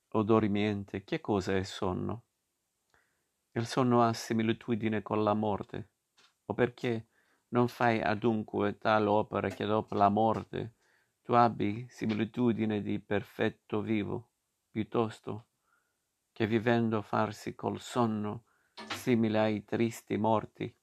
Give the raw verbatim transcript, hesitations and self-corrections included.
o dormiente, che cosa è sonno? Il sonno ha similitudine con la morte, o perché non fai adunque tal opera che dopo la morte tu abbi similitudine di perfetto vivo, piuttosto che vivendo farsi col sonno simile ai tristi morti?